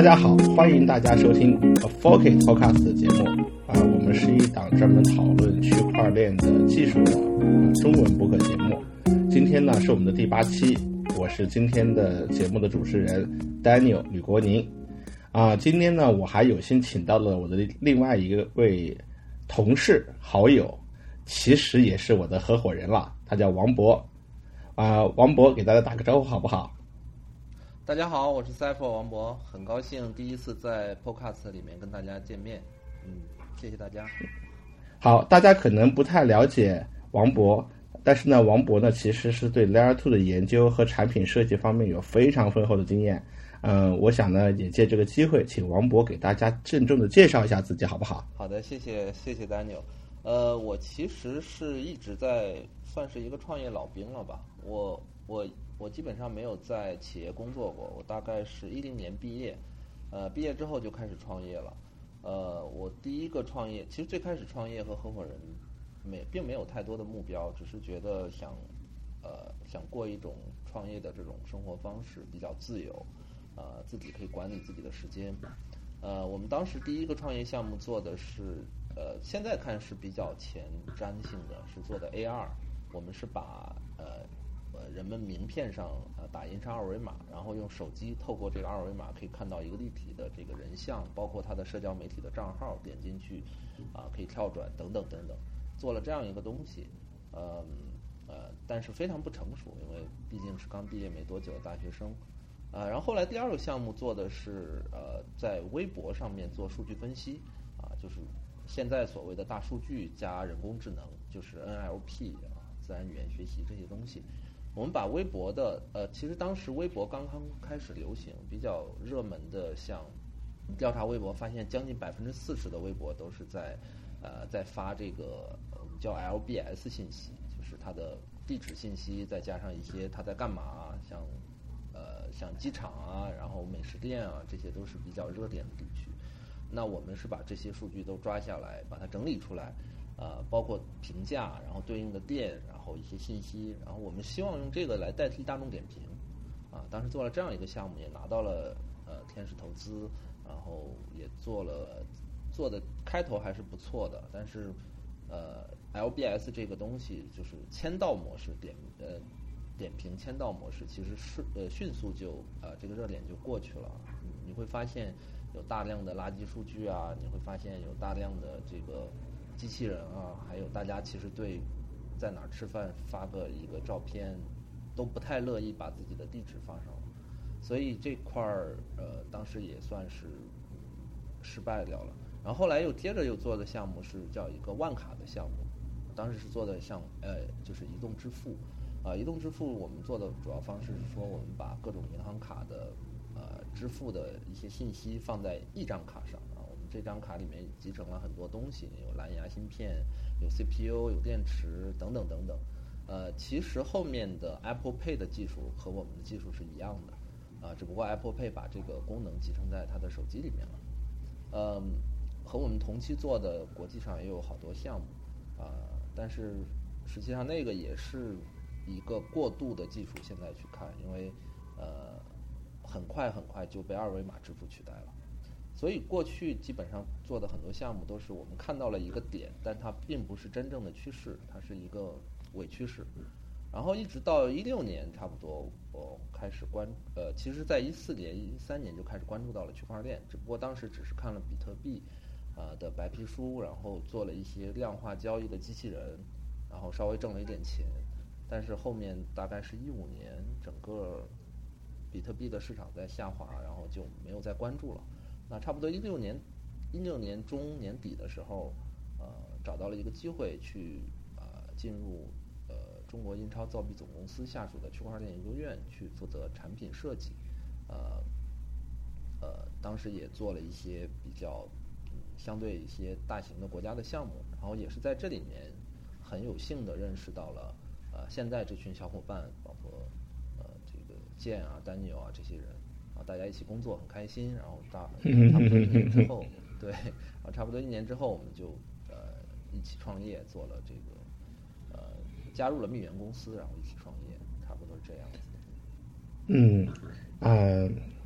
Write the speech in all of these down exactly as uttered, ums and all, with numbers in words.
大家好，欢迎大家收听 A four K Podcast 的节目啊，我们是一档专门讨论区块链的技术的、呃、中文播客节目。今天呢是我们的第八期，我是今天的节目的主持人 Daniel 吕国宁啊。今天呢我还有幸请到了我的另外一位同事好友，其实也是我的合伙人了，他叫王博啊。王博给大家打个招呼好不好？ 大家好，我是 Cypher 王博，很高兴第一次在 Podcast 里面跟大家见面。嗯，谢谢大家。 好，大家可能不太了解王博，但是呢，王博呢其实是对 Layer 二的研究和产品设计方面有非常丰厚的经验。嗯，我想呢也借这个机会，请王博给大家郑重的介绍一下自己，好不好？ 好的，谢谢谢谢 Daniel。呃，我其实是一直在算是一个创业老兵了吧，我我。我基本上没有在企业工作过，我大概是一零年毕业，呃，毕业之后就开始创业了。呃，我第一个创业，其实最开始创业和合伙人没并没有太多的目标，只是觉得想，呃，想过一种创业的这种生活方式，比较自由，呃，自己可以管理自己的时间。呃，我们当时第一个创业项目做的是，呃，现在看是比较前瞻性的，是做的 A R， 我们是把呃。呃，人们名片上呃打印上二维码，然后用手机透过这个二维码可以看到一个立体的这个人像，包括他的社交媒体的账号，点进去啊、呃、可以跳转等等等等，做了这样一个东西，呃呃，但是非常不成熟，因为毕竟是刚毕业没多久的大学生，啊、呃，然后后来第二个项目做的是呃在微博上面做数据分析啊、呃，就是现在所谓的大数据加人工智能，就是 N L P 啊，自然语言学习这些东西。我们把微博的呃，其实当时微博刚刚开始流行，比较热门的，像调查微博发现，将近百分之四十的微博都是在呃在发这个我们叫 L B S 信息，就是它的地址信息，再加上一些它在干嘛，像呃像机场啊，然后美食店啊，这些都是比较热点的地区。那我们是把这些数据都抓下来，把它整理出来。呃，包括评价，然后对应的店，然后一些信息，然后我们希望用这个来代替大众点评，啊，当时做了这样一个项目，也拿到了呃天使投资，然后也做了，做的开头还是不错的，但是呃 L B S 这个东西就是签到模式点呃点评签到模式，其实是呃迅速就呃这个热点就过去了，你会发现有大量的垃圾数据啊，你会发现有大量的这个。机器人啊，还有大家其实对在哪儿吃饭发个一个照片，都不太乐意把自己的地址放上，所以这块儿呃当时也算是失败掉了。然后后来又接着又做的项目是叫一个万卡的项目，当时是做的像呃就是移动支付啊、呃，移动支付我们做的主要方式是说我们把各种银行卡的呃支付的一些信息放在一张卡上。这张卡里面集成了很多东西，有蓝牙芯片，有 C P U， 有电池等等等等。呃，其实后面的 Apple Pay 的技术和我们的技术是一样的，啊、呃，只不过 Apple Pay 把这个功能集成在它的手机里面了。呃，和我们同期做的国际上也有好多项目，啊、呃，但是实际上那个也是一个过渡的技术，现在去看，因为呃，很快很快就被二维码支付取代了。所以过去基本上做的很多项目都是我们看到了一个点，但它并不是真正的趋势，它是一个伪趋势。然后一直到一六年差不多，我开始关呃，其实在一四年、一三年就开始关注到了区块链，只不过当时只是看了比特币啊、呃、的白皮书，然后做了一些量化交易的机器人，然后稍微挣了一点钱。但是后面大概是一五年，整个比特币的市场在下滑，然后就没有再关注了。那差不多一六年，一六年中年底的时候，呃，找到了一个机会去呃进入呃中国印钞造币总公司下属的区块链研究院去负责产品设计，呃呃，当时也做了一些比较、嗯、相对一些大型的国家的项目，然后也是在这里面很有幸的认识到了呃现在这群小伙伴，包括呃这个建啊、丹尼尔啊这些人。大家一起工作很开心，然后大差不多一年之后，对，然后差不多一年之后，我们就呃一起创业，做了这个呃加入了蜜源公司，然后一起创业，差不多是这样子。 嗯，呃，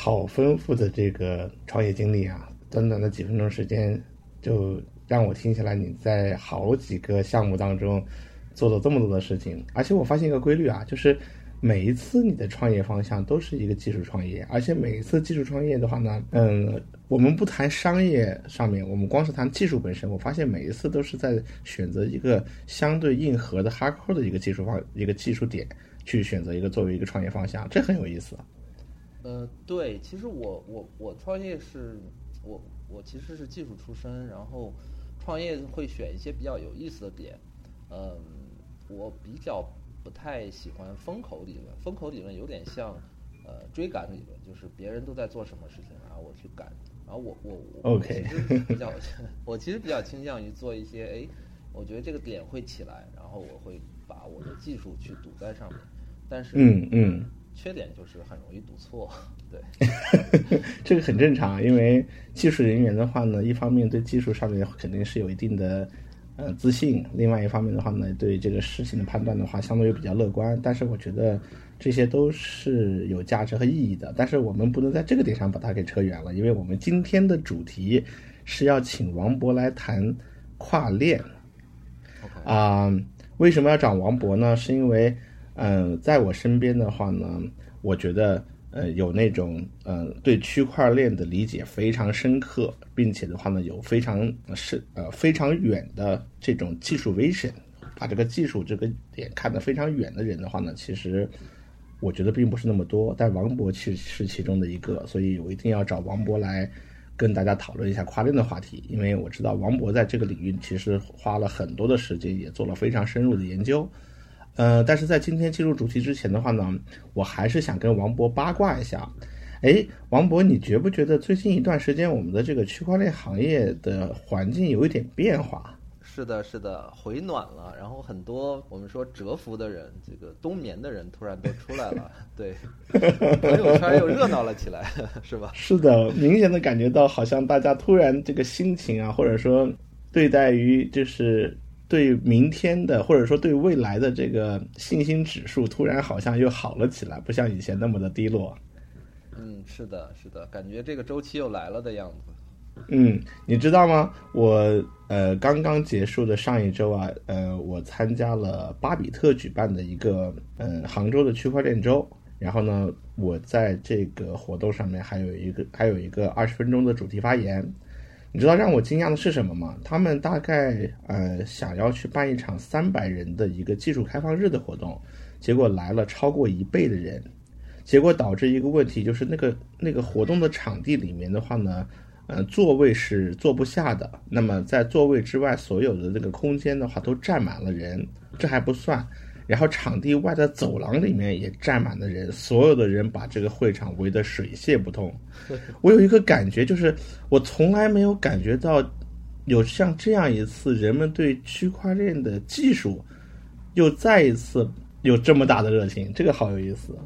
好丰富的这个创业经历啊！短短的几分钟时间，就让我听起来你在好几个项目当中做了这么多的事情。而且我发现一个规律啊，就是每一次你的创业方向都是一个技术创业，而且每一次技术创业的话呢，嗯，我们不谈商业上面，我们光是谈技术本身，我发现每一次都是在选择一个相对硬核的 hardcore 的一个技术方一个技术点去选择一个作为一个创业方向，这很有意思。 呃，对，其实我我我创业是我我其实是技术出身，然后创业会选一些比较有意思的点。嗯，我比较不太喜欢风口理论，风口理论有点像呃追赶理论，就是别人都在做什么事情，然后我去赶。然后我我我 OK 其实比较我其实比较倾向于做一些哎，我觉得这个点会起来，然后我会把我的技术去赌在上面。但是嗯嗯。 缺点就是很容易赌错，对， 这个很正常，因为技术人员的话呢，一方面对技术上面肯定是有一定的呃自信，另外一方面的话呢，对这个事情的判断的话，相对于比较乐观。但是我觉得这些都是有价值和意义的，但是我们不能在这个点上把它给扯远了，因为我们今天的主题是要请王博来谈跨链。啊、呃，为什么要找王博呢？是因为嗯、呃，在我身边的话呢，我觉得呃有那种呃对区块链的理解非常深刻，并且的话呢有非常是呃非常远的这种技术 vision， 把这个技术这个点看得非常远的人的话呢，其实我觉得并不是那么多，但王博其实是其中的一个，所以我一定要找王博来跟大家讨论一下跨链的话题，因为我知道王博在这个领域其实花了很多的时间，也做了非常深入的研究。呃，但是在今天进入主题之前的话呢，我还是想跟王博八卦一下。哎，王博，你觉不觉得最近一段时间我们的这个区块链行业的环境有一点变化？ 是的，是的，回暖了，然后很多我们说蛰伏的人，这个冬眠的人突然都出来了，对，朋友圈又热闹了起来，是吧？ 是的，明显的感觉到好像大家突然这个心情啊，或者说对待于就是对明天的或者说对未来的这个信心指数突然好像又好了起来，不像以前那么的低落。 嗯，是的，是的，感觉这个周期又来了的样子。 嗯，你知道吗？我呃刚刚结束的上一周啊，呃，我参加了巴比特举办的一个嗯、呃、杭州的区块链周，然后呢，我在这个活动上面还有一个还有一个二十分钟的主题发言。你知道让我惊讶的是什么吗？他们大概呃想要去办一场三百人的一个技术开放日的活动，结果来了超过一倍的人，结果导致一个问题，就是那个那个活动的场地里面的话呢，呃座位是坐不下的，那么在座位之外所有的这个空间的话都站满了人，这还不算。然后场地外的走廊里面也站满了人，所有的人把这个会场围得水泄不通。我有一个感觉，就是我从来没有感觉到有像这样一次人们对区块链的技术又再一次有这么大的热情，这个好有意思。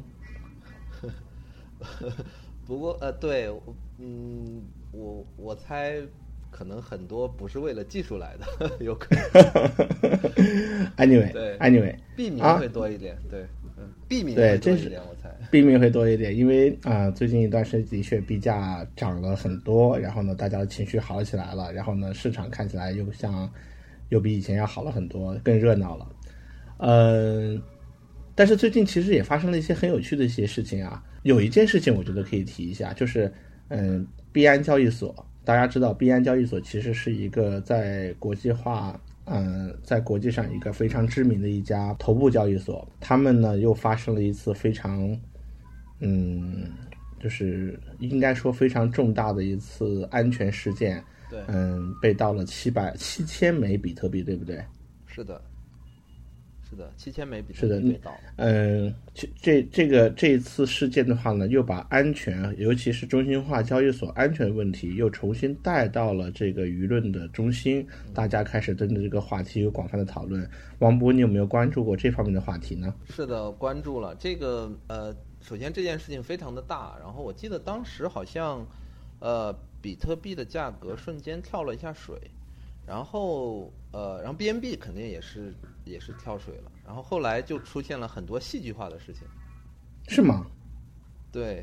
不过呃，对，嗯，我我猜可能很多不是为了技术来的，有可能。 anyway， 对 anyway， 币民会多一点，啊、对，嗯，币民会多一点，我猜。 币民会多一点，因为啊、呃，最近一段时间的确币价涨了很多，然后呢，大家的情绪好起来了，然后呢，市场看起来又像又比以前要好了很多，更热闹了。嗯、呃，但是最近其实也发生了一些很有趣的一些事情啊。有一件事情我觉得可以提一下，就是嗯、呃，币安交易所。大家知道币安交易所其实是一个在国际化嗯、呃，在国际上一个非常知名的一家头部交易所，他们呢又发生了一次非常嗯就是应该说非常重大的一次安全事件。 对， 嗯，被盗了七百七千枚比特币，对不对？ 是的，是的，七千枚比特币被盗。 嗯，这这个这一次事件的话呢，又把安全，尤其是中心化交易所安全问题，又重新带到了这个舆论的中心，大家开始针对这个话题有广泛的讨论。王博，你有没有关注过这方面的话题呢？ 是的，关注了这个。呃，首先这件事情非常的大，然后我记得当时好像，呃，比特币的价格瞬间跳了一下水。然后呃，然后 B N B 肯定也是也是跳水了，然后后来就出现了很多戏剧化的事情。 是吗？ 对，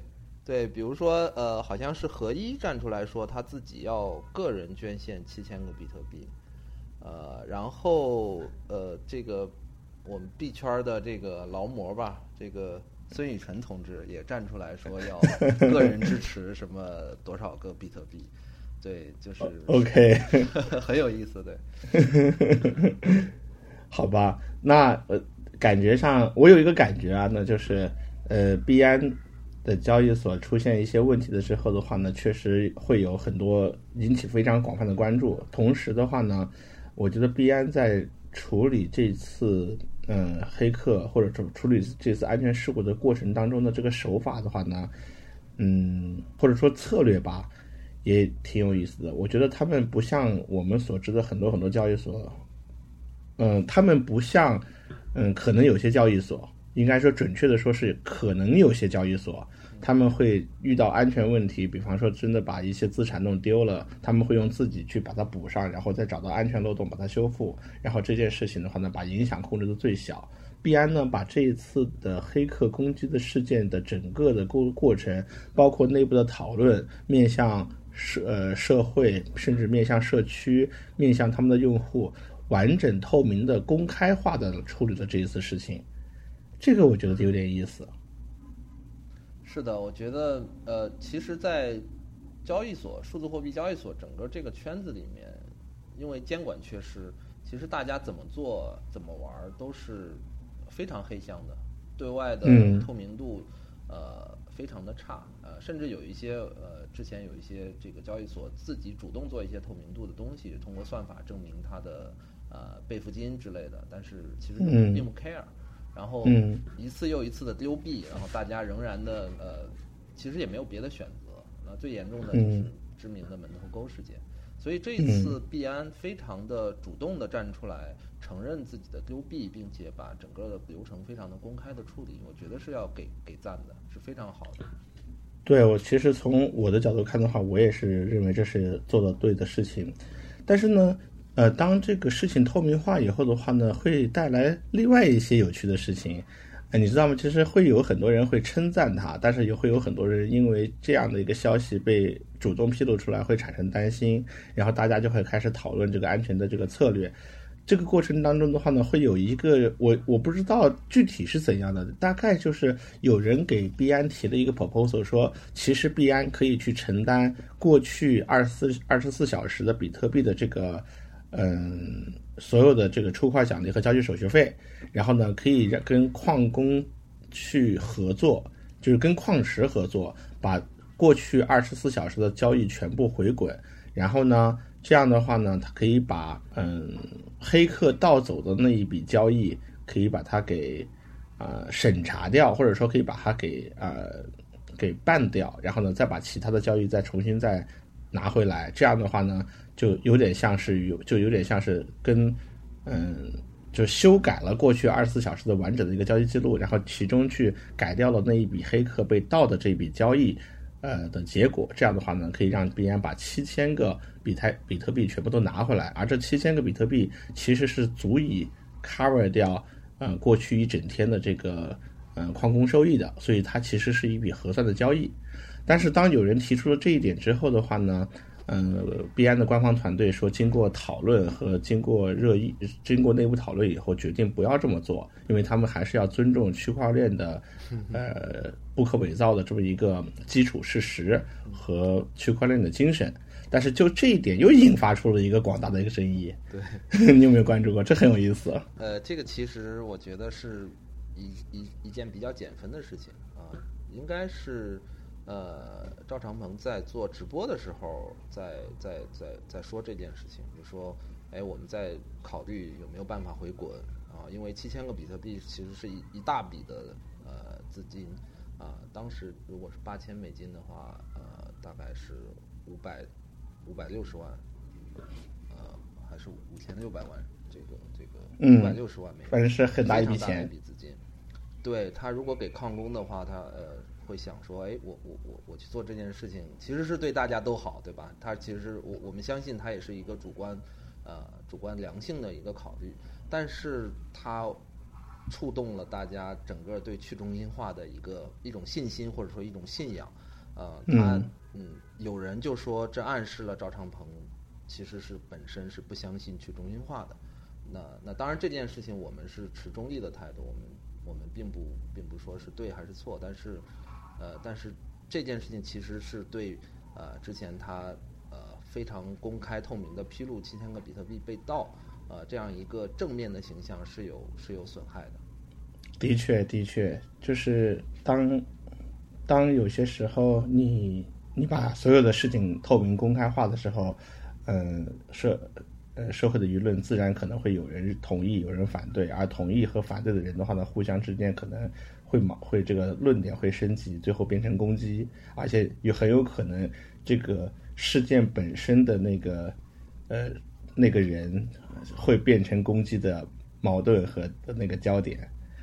对，比如说呃，好像是合一站出来说他自己要个人捐献七千个比特币，呃，然后呃，这个我们币圈的这个劳模吧，这个孙雨晨同志也站出来说要个人支持什么多少个比特币。对，就是 OK 很有意思。对好吧，那呃感觉上我有一个感觉啊，那就是呃币安的交易所出现一些问题的时候的话呢，确实会有很多引起非常广泛的关注。同时的话呢，我觉得币安在处理这次嗯黑客或者说处理这次安全事故的过程当中的这个手法的话呢，嗯或者说策略吧，也挺有意思的。我觉得他们不像我们所知的很多很多交易所，嗯，他们不像，嗯，可能有些交易所，应该说准确的说是可能有些交易所，他们会遇到安全问题，比方说真的把一些资产弄丢了，他们会用自己去把它补上，然后再找到安全漏洞把它修复，然后这件事情的话呢，把影响控制的最小。币安呢，把这一次的黑客攻击的事件的整个的过过程，包括内部的讨论，面向社呃社会，甚至面向社区，面向他们的用户，完整透明的公开化的处理了这一次事情，这个我觉得有点意思。 是的，我觉得呃，其实，在交易所、数字货币交易所整个这个圈子里面，因为监管缺失，其实大家怎么做、怎么玩都是非常黑箱的，对外的透明度、嗯、呃非常的差，呃，甚至有一些呃之前有一些这个交易所自己主动做一些透明度的东西，通过算法证明它的呃备付金之类的，但是其实并不 care。嗯然后一次又一次的丢币，然后大家仍然的呃，其实也没有别的选择。那最严重的就是知名的门头沟事件。所以这一次币安非常的主动的站出来，承认自己的丢币，并且把整个的流程非常的公开的处理，我觉得是要给给赞的，是非常好的。 对，我其实从我的角度看的话，我也是认为这是做的对的事情。但是呢，呃，当这个事情透明化以后的话呢，会带来另外一些有趣的事情。呃、你知道吗？其实会有很多人会称赞它，但是也会有很多人因为这样的一个消息被主动披露出来，会产生担心，然后大家就会开始讨论这个安全的这个策略。这个过程当中的话呢，会有一个我我不知道具体是怎样的，大概就是有人给币安提了一个 proposal， 说其实币安可以去承担过去二十四二十四小时的比特币的这个嗯所有的这个出块奖励和交易手续费，然后呢可以跟矿工去合作，就是跟矿池合作，把过去二十四小时的交易全部回滚，然后呢这样的话呢，他可以把嗯黑客盗走的那一笔交易，可以把它给呃审查掉，或者说可以把它给呃给办掉，然后呢再把其他的交易再重新再拿回来。这样的话呢，就有点像是有就有点像是跟嗯就修改了过去二十四小时的完整的一个交易记录，然后其中去改掉了那一笔黑客被盗的这笔交易。呃的结果，这样的话呢，可以让币安把七千个比特比特币全部都拿回来，而这七千个比特币其实是足以 cover 掉呃过去一整天的这个呃矿工收益的，所以它其实是一笔合算的交易。但是当有人提出了这一点之后的话呢，呃，币安的官方团队说，经过讨论和经过热议、经过内部讨论以后，决定不要这么做，因为他们还是要尊重区块链的，呃，不可伪造的这么一个基础事实和区块链的精神。但是就这一点又引发出了一个广大的一个争议。 对， 你有没有关注过？这很有意思。 呃，这个其实我觉得是一一一件比较减分的事情啊，应该是。呃，赵长鹏在做直播的时候在，在在在在说这件事情，就说，哎，我们在考虑有没有办法回滚啊，因为七千个比特币其实是一一大笔的呃资金啊，当时如果是八千美金的话，呃，大概是五百五百六十万，呃，还是五千六百万，这个这个五百六十万美元， 反正是很大一笔钱， 非常大一笔资金。对他如果给矿工的话，他呃。会想说，哎，我我我我去做这件事情，其实是对大家都好，对吧？他其实我我们相信他也是一个主观，呃，主观良性的一个考虑，但是他触动了大家整个对去中心化的一个一种信心或者说一种信仰， 呃，他嗯嗯有人就说这暗示了赵长鹏其实是本身是不相信去中心化的。那那当然这件事情我们是持中立的态度，我们我们并不并不说是对还是错，但是呃但是这件事情其实是对呃之前他呃非常公开透明的披露七千个比特币被盗呃这样一个正面的形象是有是有损害的。 的确的确，就是当当有些时候你你把所有的事情透明公开化的时候，嗯、呃、社呃社会的舆论自然可能会有人同意有人反对，而同意和反对的人的话呢，互相之间可能会会这个论点会升级，最后变成攻击，而且也很有可能这个事件本身的那个呃那个人会变成攻击的矛盾和那个焦点。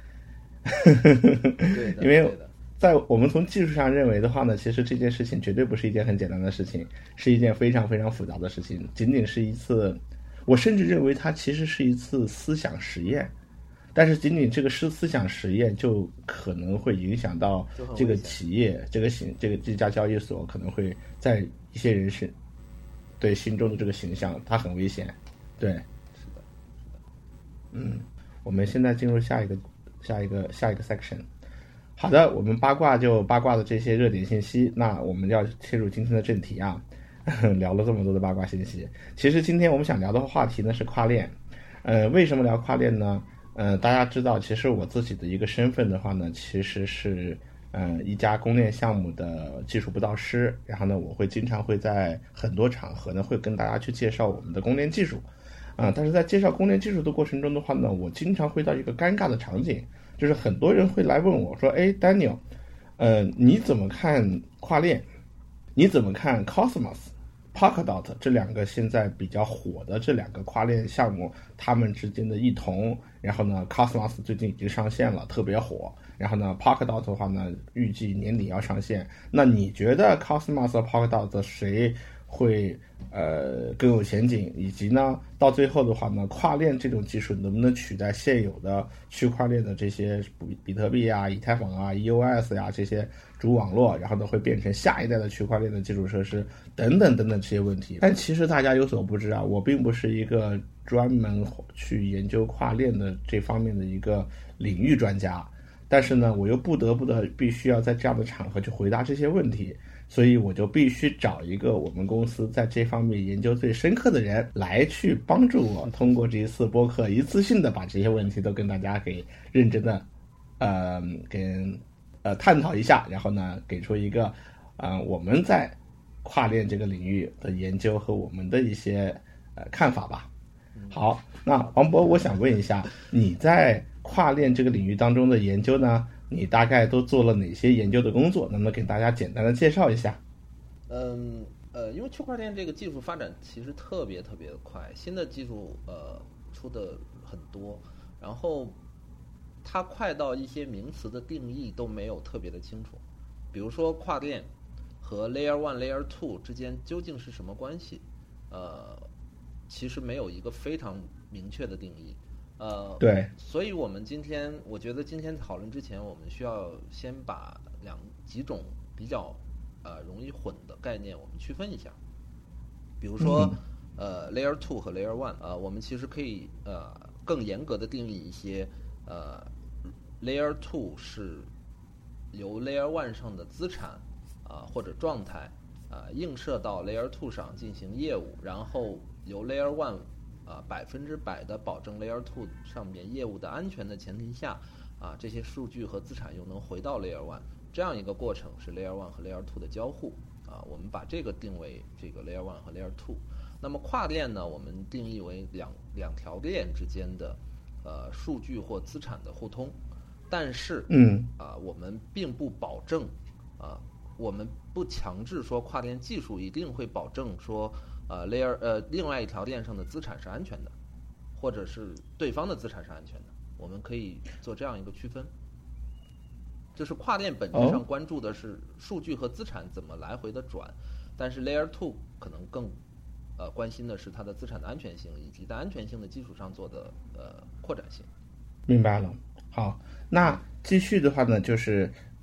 对的， 因为在我们从技术上认为的话呢，其实这件事情绝对不是一件很简单的事情，是一件非常非常复杂的事情，仅仅是一次，我甚至认为它其实是一次思想实验，但是仅仅这个思思想实验就可能会影响到这个企业，这个形这个这家交易所可能会在一些人是对心中的这个形象，它很危险。对，是的，是的。嗯，我们现在进入下一个。下一个下一个 section。 好的，我们八卦就八卦的这些热点信息，那我们要切入今天的正题啊。聊了这么多的八卦信息，其实今天我们想聊的话题呢是跨链。呃，为什么聊跨链呢？呃，大家知道，其实我自己的一个身份的话呢，其实是呃一家公链项目的技术布道师，然后呢，我会经常会在很多场合呢会跟大家去介绍我们的公链技术。啊、呃，但是在介绍公链技术的过程中的话呢，我经常会到一个尴尬的场景，就是很多人会来问我说：“哎 ，Daniel， 呃，你怎么看跨链？你怎么看 Cosmos、Polkadot 这两个现在比较火的这两个跨链项目，他们之间的异同？然后呢 ，Cosmos 最近已经上线了，特别火。然后呢 ，Polkadot 的话呢，预计年底要上线。那你觉得 Cosmos 和 Polkadot 谁会呃更有前景，以及呢到最后的话呢，跨链这种技术能不能取代现有的区块链的这些比特币啊、以太坊啊、E O S 呀、啊、这些主网络，然后呢会变成下一代的区块链的基础设施等等等等这些问题。但其实大家有所不知啊，我并不是一个专门去研究跨链的这方面的一个领域专家，但是呢我又不得不的必须要在这样的场合去回答这些问题，所以我就必须找一个我们公司在这方面研究最深刻的人来去帮助我，通过这一次播客一次性的把这些问题都跟大家给认真的呃跟呃探讨一下，然后呢给出一个呃我们在跨链这个领域的研究和我们的一些呃看法吧。好，那王博，我想问一下，你在跨链这个领域当中的研究呢，你大概都做了哪些研究的工作？能不能给大家简单的介绍一下？ 嗯呃，因为区块链这个技术发展其实特别特别的快，新的技术呃出的很多，然后它快到一些名词的定义都没有特别的清楚。比如说跨链和 Layer One、Layer Two 之间究竟是什么关系？呃，其实没有一个非常明确的定义。呃， 对， 所以我们今天，我觉得今天讨论之前，我们需要先把两几种比较呃容易混的概念我们区分一下。比如说，嗯、呃 ，Layer Two 和 Layer One， 呃，我们其实可以呃更严格的定义一些，呃 ，Layer Two 是由 Layer One 上的资产啊、呃、或者状态啊、呃、映射到 Layer Two 上进行业务，然后由 Layer One啊，百分之百的保证 Layer Two 上面业务的安全的前提下，啊，这些数据和资产又能回到 Layer One， 这样一个过程是 Layer One 和 Layer Two 的交互。啊，我们把这个定为这个 Layer One 和 Layer Two。那么跨链呢，我们定义为两两条链之间的呃数据或资产的互通。但是， 嗯， 啊，我们并不保证，啊，我们不强制说跨链技术一定会保证说。呃 ，layer 呃，另外一条链上的资产是安全的，或者是对方的资产是安全的，我们可以做这样一个区分。就是跨链本质上关注的是数据和资产怎么来回的转，但是 Layer Two 可能更呃关心的是它的资产的安全性，以及在安全性的基础上做的呃扩展性。 明白了。好，那继续的话呢，就是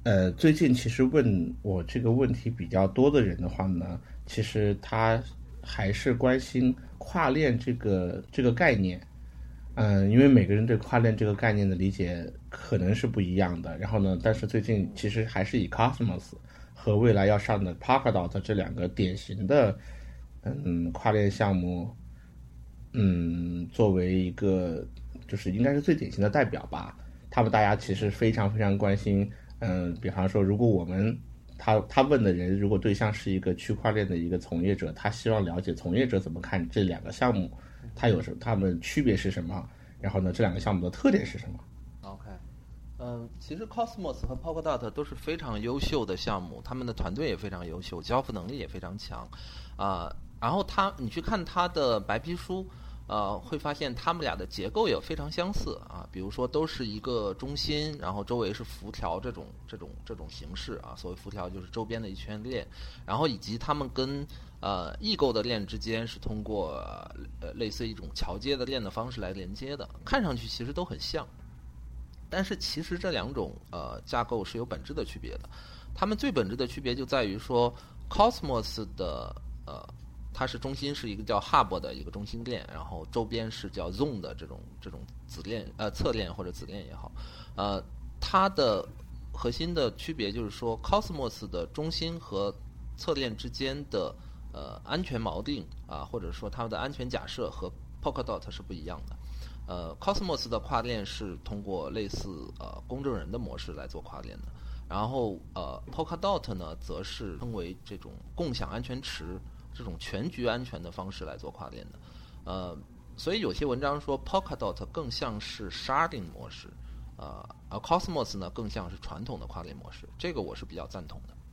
呃，最近其实问我这个问题比较多的人的话呢，其实他还是关心跨链这个这个概念。嗯，因为每个人对跨链这个概念的理解可能是不一样的。然后呢，但是最近其实还是以 Cosmos 和未来要上的 Polkadot 这两个典型的嗯跨链项目，嗯，作为一个就是应该是最典型的代表吧。他们大家其实非常非常关心，嗯，比方说，如果我们他他问的人，如果对象是一个区块链的一个从业者，他希望了解从业者怎么看这两个项目。它有什么？它们区别是什么？然后呢，这两个项目的特点是什么 ？OK， 嗯，其实 Cosmos 和 Polkadot 都是非常优秀的项目，他们的团队也非常优秀，交付能力也非常强啊、呃。然后他，你去看他的白皮书，呃，会发现他们俩的结构也非常相似啊。比如说，都是一个中心，然后周围是辐条这种这种这种形式啊。所谓辐条就是周边的一圈链，然后以及他们跟呃，异构的链之间是通过呃类似一种桥接的链的方式来连接的，看上去其实都很像，但是其实这两种呃架构是有本质的区别的。它们最本质的区别就在于说 ，Cosmos 的呃它是中心是一个叫 Hub 的一个中心链，然后周边是叫 Zone 的这种这种子链呃侧链或者子链也好，呃它的核心的区别就是说 ，Cosmos 的中心和侧链之间的呃，安全锚定啊，或者说它们的安全假设和 Polkadot 是不一样的。呃 ，Cosmos 的跨链是通过类似呃公证人的模式来做跨链的，然后呃 Polkadot 呢，则是称为这种共享安全池这种全局安全的方式来做跨链的。呃，所以有些文章说 Polkadot 更像是 sharding 模式，呃，而 Cosmos 呢更像是传统的跨链模式，这个我是比较赞同的。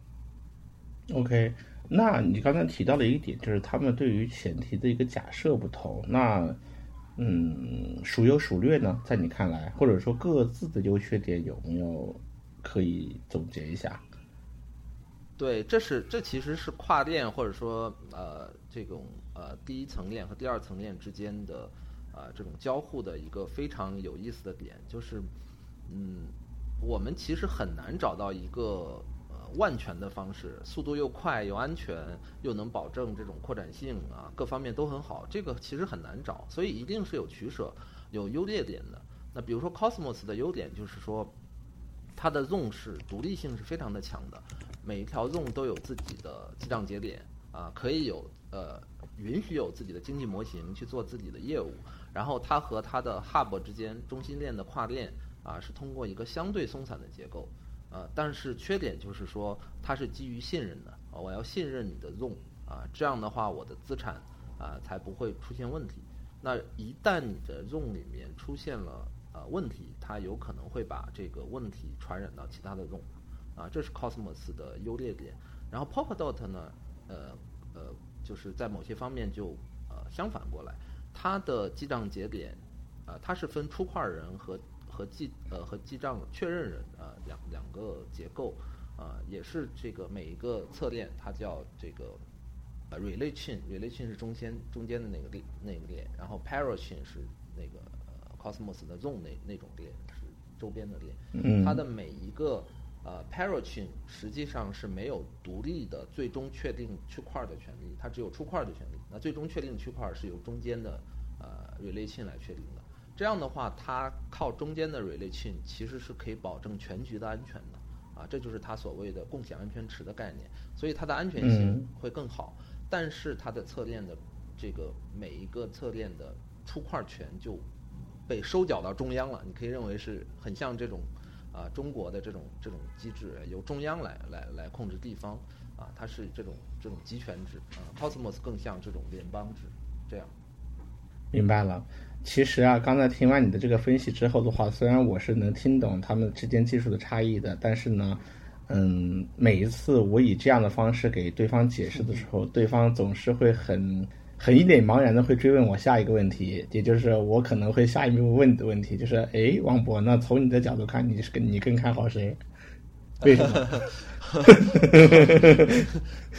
OK， 那你刚才提到了一点，就是他们对于前提的一个假设不同。那，嗯，孰优孰劣呢？在你看来，或者说各自的优缺点有没有可以总结一下？ 对，这是这其实是跨链或者说呃这种呃第一层链和第二层链之间的呃这种交互的一个非常有意思的点，就是嗯我们其实很难找到一个万全的方式，速度又快又安全，又能保证这种扩展性啊，各方面都很好，这个其实很难找，所以一定是有取舍，有优劣点的。那比如说 Cosmos 的优点就是说，它的 zone 是独立性是非常的强的，每一条 zone 都有自己的记账节点啊，可以有呃允许有自己的经济模型去做自己的业务，然后它和它的 Hub 之间中心链的跨链啊，是通过一个相对松散的结构。呃，但是缺点就是说，它是基于信任的，啊、我要信任你的 zone 啊，这样的话，我的资产啊才不会出现问题。那一旦你的 zone 里面出现了呃问题，它有可能会把这个问题传染到其他的 zone，啊，这是 Cosmos 的优劣点。然后 Polkadot 呢，呃呃，就是在某些方面就呃相反过来，它的记账节点，啊、呃，它是分出块人和和记呃和记账确认人啊、呃、两两个结构啊、呃，也是这个每一个侧链它叫这个呃 relay chain，relay chain 是中间中间的那个那个链，然后 parachain 是那个、呃、Cosmos 的 zone 那那种链是周边的链， 嗯， 它的每一个呃 parachain 实际上是没有独立的最终确定区块的权利，它只有出块的权利。那最终确定区块是由中间的呃 relay chain 来确定的。这样的话，它靠中间的 relay chain 其实是可以保证全局的安全的，啊，这就是它所谓的共享安全池的概念，所以它的安全性会更好。嗯、但是它的侧链的这个每一个侧链的出块权就被收缴到中央了，你可以认为是很像这种啊、呃、中国的这种这种机制由中央来来来控制地方啊，它是这种这种集权制啊 ，Cosmos 更像这种联邦制，这样。 明白了。其实啊，刚才听完你的这个分析之后的话，虽然我是能听懂他们之间技术的差异的，但是呢，嗯，每一次我以这样的方式给对方解释的时候，对方总是会很很一脸茫然的会追问我下一个问题，也就是我可能会下一步问的问题，就是哎，王博，那从你的角度看，你是你更看好谁？为什么？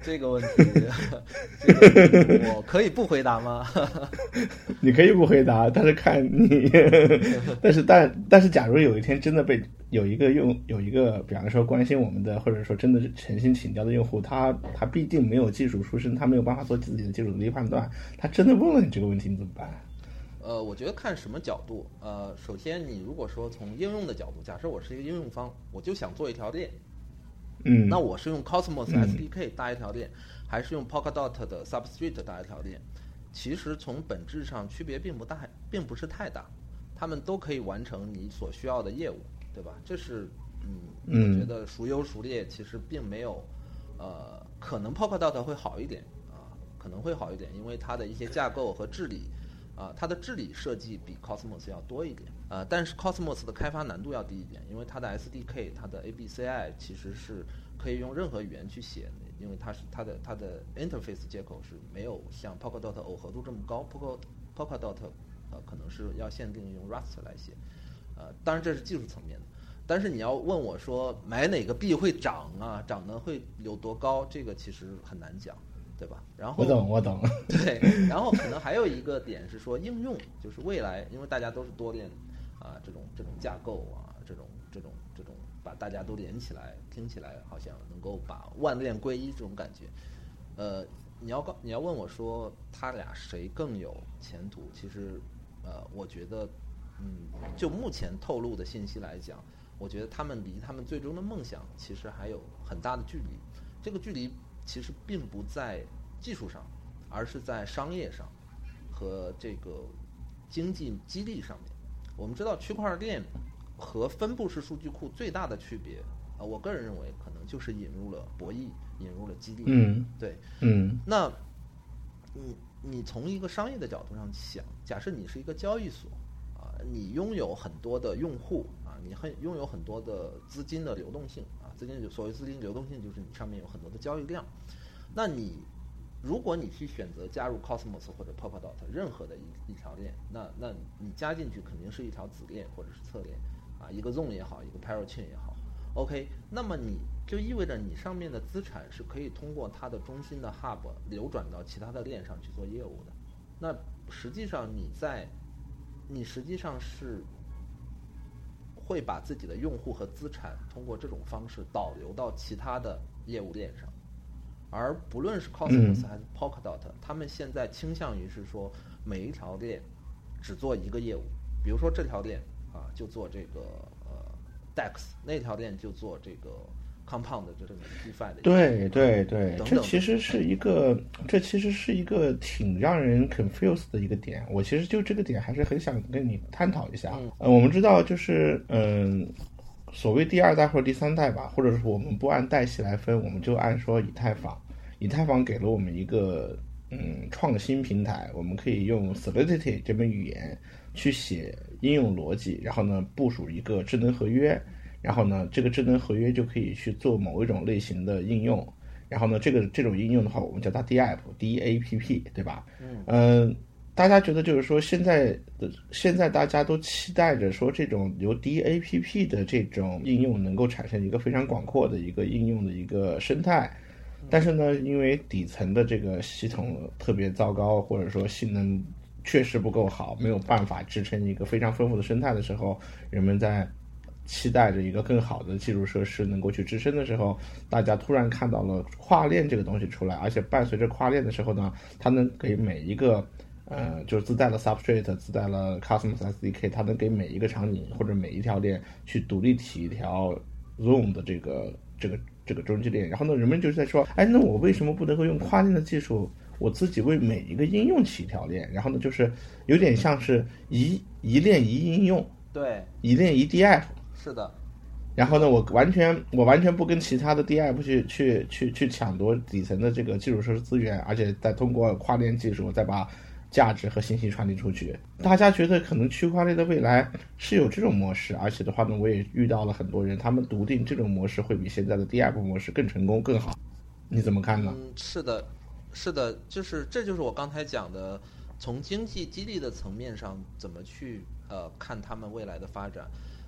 这个问题，这个问题我可以不回答吗？ 你可以不回答，但是看你，但是但但是，假如有一天真的被有一个用有一个，比方说关心我们的，或者说真的是诚心请教的用户，他他毕竟没有技术出身，他没有办法做自己的技术能力判断，他真的问了你这个问题，你怎么办？ 呃，我觉得看什么角度。呃，首先你如果说从应用的角度，假设我是一个应用方，我就想做一条链。 嗯， 那我是用 Cosmos S D K 搭一条链，嗯、还是用 Polkadot 的 Substrate 搭一条链？其实从本质上区别并不大，并不是太大，他们都可以完成你所需要的业务，对吧？这是嗯，我觉得孰优孰劣其实并没有，呃，可能 Polkadot 会好一点啊，可能会好一点，因为它的一些架构和治理。啊，它的治理设计比 Cosmos 要多一点，呃，但是 Cosmos 的开发难度要低一点，因为它的 S D K、它的 A B C I 其实是可以用任何语言去写的，因为它是它的它的 interface 接口是没有像 Polkadot 耦合度这么高 ，Polkadot 呃可能是要限定用 Rust 来写，呃，当然这是技术层面的，但是你要问我说买哪个币会涨啊，涨得会有多高，这个其实很难讲。对吧？然后我懂，我懂。 对，然后可能还有一个点是说应用，就是未来，因为大家都是多链啊，这种这种架构啊，这种这种这种把大家都连起来，听起来好像能够把万链归一这种感觉。呃，你要告你要问我说他俩谁更有前途？其实，呃，我觉得，嗯，就目前透露的信息来讲，我觉得他们离他们最终的梦想其实还有很大的距离。这个距离。其实并不在技术上，而是在商业上和这个经济激励上面。我们知道区块链和分布式数据库最大的区别，啊，我个人认为可能就是引入了博弈，引入了激励。 嗯， 对， 嗯， 那你你从一个商业的角度上想，假设你是一个交易所啊，你拥有很多的用户啊，你很拥有很多的资金的流动性。资金所谓资金流动性，就是你上面有很多的交易量。那你如果你去选择加入 Cosmos 或者 Polkadot 任何的一一条链，那那你加进去肯定是一条子链或者是侧链啊，一个 Zone 也好，一个 Parachain 也好。OK， 那么你就意味着你上面的资产是可以通过它的中心的 Hub 流转到其他的链上去做业务的。那实际上你在你实际上是。会把自己的用户和资产通过这种方式导流到其他的业务链上，而不论是 Cosmos 还是 Polkadot，嗯、他们现在倾向于是说每一条链只做一个业务，比如说这条链啊就做这个呃 D E X， 那条链就做这个 Compound 的这种 DeFi 的。 对对对， 等等这其实是一个，这其实是一个挺让人 confused 的一个点。我其实就这个点还是很想跟你探讨一下。嗯，呃、我们知道就是嗯、呃，所谓第二代或者第三代吧，或者是我们不按代系来分，我们就按说以太坊。以太坊给了我们一个嗯创新平台，我们可以用 Solidity 这门语言去写应用逻辑，然后呢部署一个智能合约。然后呢，这个智能合约就可以去做某一种类型的应用。然后呢，这个这种应用的话，我们叫它 D A P P，D A P P， 对吧？嗯、呃，大家觉得就是说，现在的现在大家都期待着说，这种由 D A P P 的这种应用能够产生一个非常广阔的一个应用的一个生态。但是呢，因为底层的这个系统特别糟糕，或者说性能确实不够好，没有办法支撑一个非常丰富的生态的时候，人们在期待着一个更好的基础设施能够去支撑的时候，大家突然看到了跨链这个东西出来，而且伴随着跨链的时候呢，它能给每一个呃，就是自带了 Substrate， 自带了 Cosmos S D K， 它能给每一个场景或者每一条链去独立起一条 Zone 的这个这个这个中继链。然后呢，人们就是在说，哎，那我为什么不能够用跨链的技术，我自己为每一个应用起一条链？然后呢，就是有点像是一一链一应用， 对， 一链一 D A P。 是的， 然后呢，我完全我完全不跟其他的 D A P 去去去去抢夺底层的这个基础设施资源，而且再通过跨链技术再把价值和信息传递出去。大家觉得可能区块链的未来是有这种模式，而且的话呢，我也遇到了很多人，他们笃定这种模式会比现在的 D A P 模式更成功更好。你怎么看呢？ 嗯，是的，是的，就是这就是我刚才讲的，从经济激励的层面上怎么去呃看他们未来的发展。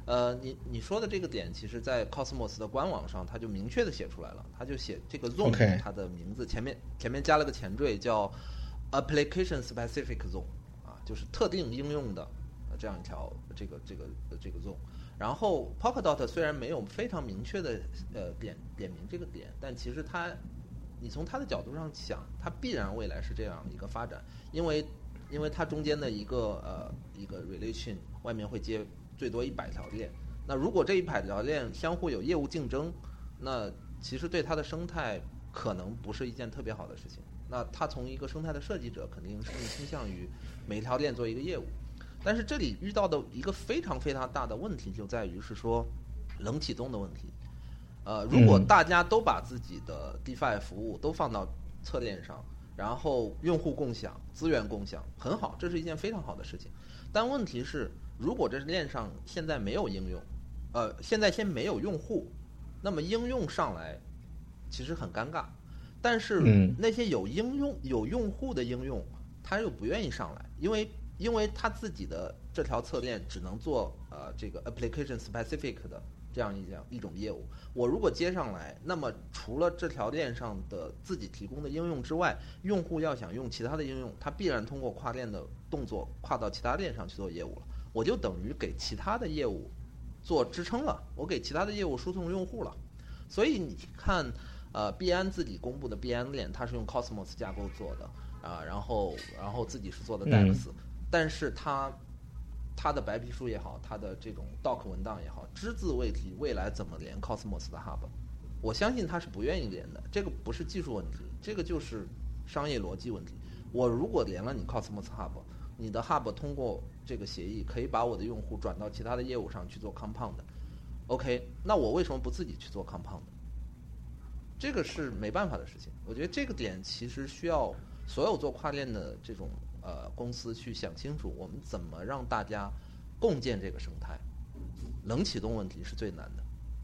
呃，你你说的这个点，其实在 Cosmos 的官网上，它就明确的写出来了，它就写这个 zone， Okay. 它的名字前面前面加了个前缀叫 application specific zone， 啊，就是特定应用的这样一条这个这个这个 zone。然后 Polkadot 虽然没有非常明确的呃点点明这个点，但其实它，你从它的角度上想，它必然未来是这样一个发展，因为因为它中间的一个呃一个 relay chain 外面会接最多一百条链，那如果这一百条链相互有业务竞争，那其实对它的生态可能不是一件特别好的事情。那它从一个生态的设计者肯定是更倾向于每一条链做一个业务，但是这里遇到的一个非常非常大的问题就在于是说冷启动的问题。呃，如果大家都把自己的 DeFi 服务都放到侧链上，然后用户共享、资源共享，很好，这是一件非常好的事情。但问题是，如果这链上现在没有应用，呃，现在先没有用户，那么应用上来其实很尴尬。但是那些有应用、有用户的应用，他又不愿意上来，因为因为他自己的这条侧链只能做呃这个 application specific 的这样一样一种业务。我如果接上来，那么除了这条链上的自己提供的应用之外，用户要想用其他的应用，他必然通过跨链的动作跨到其他链上去做业务了。我就等于给其他的业务做支撑了，我给其他的业务输送用户了。所以你看，呃，币安自己公布的币安链，它是用 Cosmos 架构做的啊、呃，然后然后自己是做的 Dex，、嗯、但是它它的白皮书也好，它的这种 doc 文档也好，只字未提未来怎么连 Cosmos 的 Hub。我相信它是不愿意连的，这个不是技术问题，这个就是商业逻辑问题。我如果连了你 Cosmos Hub， 你的 Hub 通过这个协议可以把我的用户转到其他的业务上去做 Compound。OK， 那我为什么不自己去做 Compound？ 这个是没办法的事情。我觉得这个点其实需要所有做跨链的这种呃公司去想清楚，我们怎么让大家共建这个生态。冷启动问题是最难的。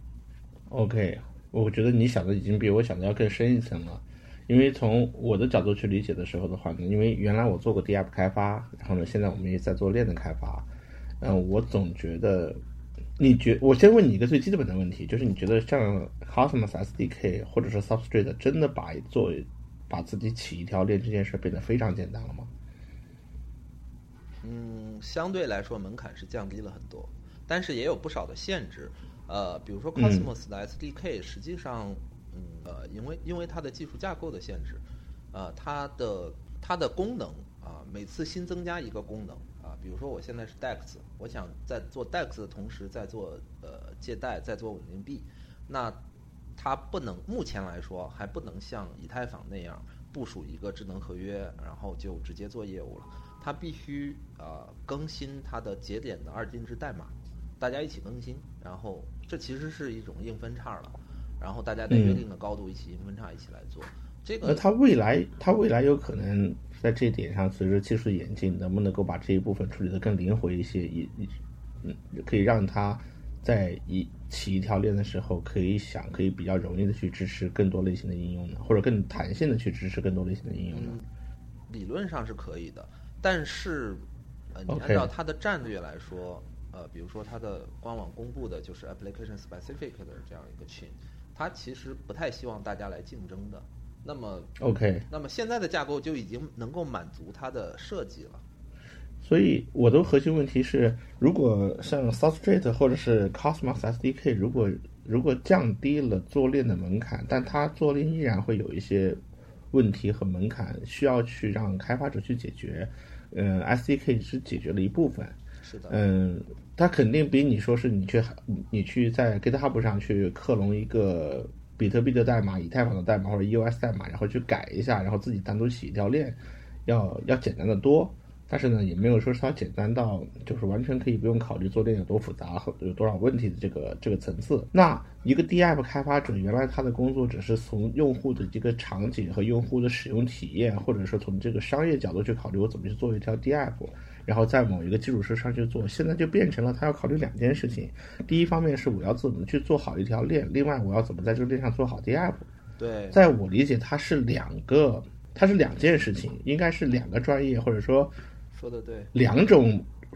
OK， 我觉得你想的已经比我想的要更深一层了。因为从我的角度去理解的时候的话呢，因为原来我做过 D App 开发，然后呢，现在我们也在做链的开发。嗯、呃，我总觉得。你觉我先问你一个最基本的问题，就是你觉得像 Cosmos S D K 或者是 Substrate 真的把做把自己起一条链这件事变得非常简单了吗？ 嗯，相对来说门槛是降低了很多，但是也有不少的限制。呃，比如说 Cosmos 的 S D K，、嗯、实际上，嗯呃，因为因为它的技术架构的限制，呃，它的它的功能啊、呃，每次新增加一个功能。啊，比如说我现在是 Dex， 我想在做 Dex 的同时在做呃借贷，在做稳定币，那它不能目前来说还不能像以太坊那样部署一个智能合约，然后就直接做业务了。它必须呃更新它的节点的二进制代码，大家一起更新，然后这其实是一种硬分叉了，然后大家在约定的高度一起硬分叉一起来做。嗯这个那它未来，它未来有可能在这一点上，随着技术演进，能不能够把这一部分处理得更灵活一些，以嗯，可以让它在一起一条链的时候，可以想，可以比较容易的去支持更多类型的应用呢，或者更弹性的去支持更多类型的应用呢？ 嗯、理论上是可以的，但是呃，你按照它的战略来说， okay. 呃，比如说它的官网公布的就是 application specific 的这样一个群，它其实不太希望大家来竞争的。那么 OK， 那么现在的架构就已经能够满足它的设计了。 所以我的核心问题是，如果像 Substrate 或者是 Cosmos S D K， 如果如果降低了做链的门槛，但它做链依然会有一些问题和门槛，需要去让开发者去解决。嗯 ，S D K 只解决了一部分。 是的。 嗯，它肯定比你说是你去你去在 GitHub 上去克隆一个比特币的代码、以太坊的代码或者 E O S 代码，然后去改一下，然后自己单独起一条链，要要简单的多。但是呢，也没有说是它简单到就是完全可以不用考虑做链有多复杂和有多少问题的这个这个层次。那一个 D App 开发者，原来他的工作只是从用户的这个场景和用户的使用体验，或者说从这个商业角度去考虑我怎么去做一条 D App， 然后在某一个基础设上去做。现在就变成了他要考虑两件事情，第一方面是我要怎么去做好一条链，另外我要怎么在这个链上做好 D App。 对， 在我理解它是两个它是两件事情，应该是两个专业，或者说说的对， 两种